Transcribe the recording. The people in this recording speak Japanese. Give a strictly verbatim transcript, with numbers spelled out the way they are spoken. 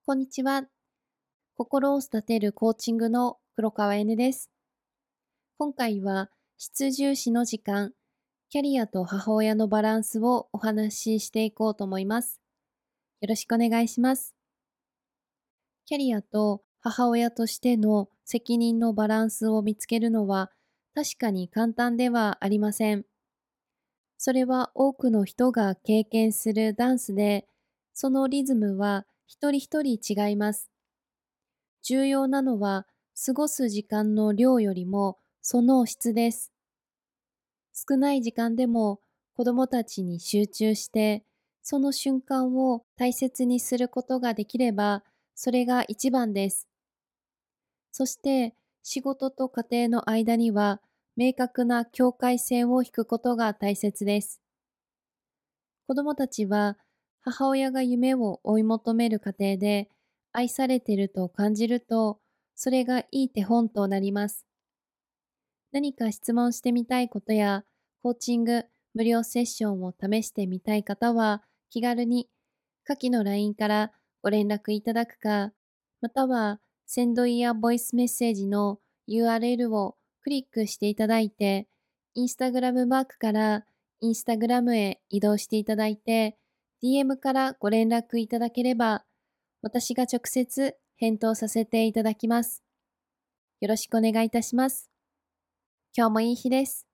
こんにちは。心を育てるコーチングの黒川えねです。今回は質重視の時間、キャリアと母親のバランスをお話ししていこうと思います。よろしくお願いします。キャリアと母親としての責任のバランスを見つけるのは確かに簡単ではありません。それは多くの人が経験するダンスで、そのリズムは一人一人違います。重要なのは、過ごす時間の量よりもその質です。少ない時間でも子供たちに集中して、その瞬間を大切にすることができれば、それが一番です。そして、仕事と家庭の間には、明確な境界線を引くことが大切です。子供たちは、母親が夢を追い求める過程で、愛されていると感じると、それがいい手本となります。何か質問してみたいことや、コーチング、無料セッションを試してみたい方は、気軽に下記の ライン からご連絡いただくか、または、センドイヤボイスメッセージの ユーアールエル をクリックしていただいて、インスタグラムマークからインスタグラムへ移動していただいて、ディーエム からご連絡いただければ、私が直接返答させていただきます。よろしくお願いいたします。今日もいい日です。